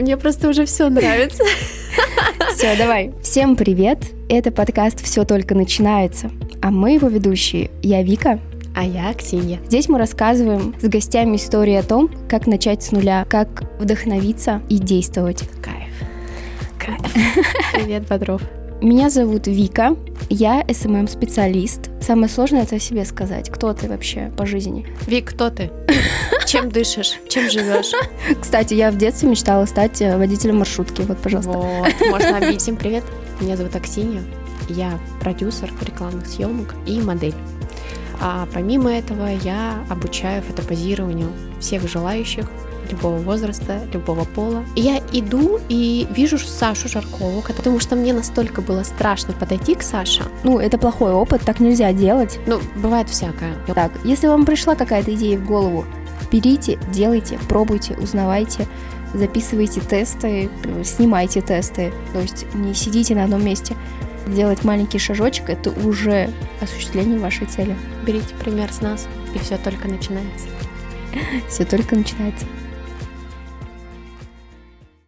мне просто уже все нравится. Все, давай. Всем привет. Это подкаст «Все только начинается». А мы его ведущие. Я Вика. А я Ксения. Здесь мы рассказываем с гостями истории о том, как начать с нуля, как вдохновиться и действовать. Кайф. Привет, Бодров. Меня зовут Вика, я СММ-специалист. Самое сложное — это о себе сказать. Кто ты вообще по жизни? Вик, кто ты? Чем дышишь? Чем живешь? Кстати, я в детстве мечтала стать водителем маршрутки. Вот, пожалуйста. Вот, можно объяснить. Всем привет. Меня зовут Аксинья. Я продюсер рекламных съемок и модель. А помимо этого я обучаю фотопозированию всех желающих любого возраста, любого пола. И я иду и вижу Сашу Жаркову, потому что мне настолько было страшно подойти к Саше. Это плохой опыт, так нельзя делать. Бывает всякое. Так, если вам пришла какая-то идея в голову, берите, делайте, пробуйте, узнавайте, записывайте тесты, снимайте тесты. То есть не сидите на одном месте. Делать маленький шажочек — это уже осуществление вашей цели. Берите пример с нас, и все только начинается. Все только начинается.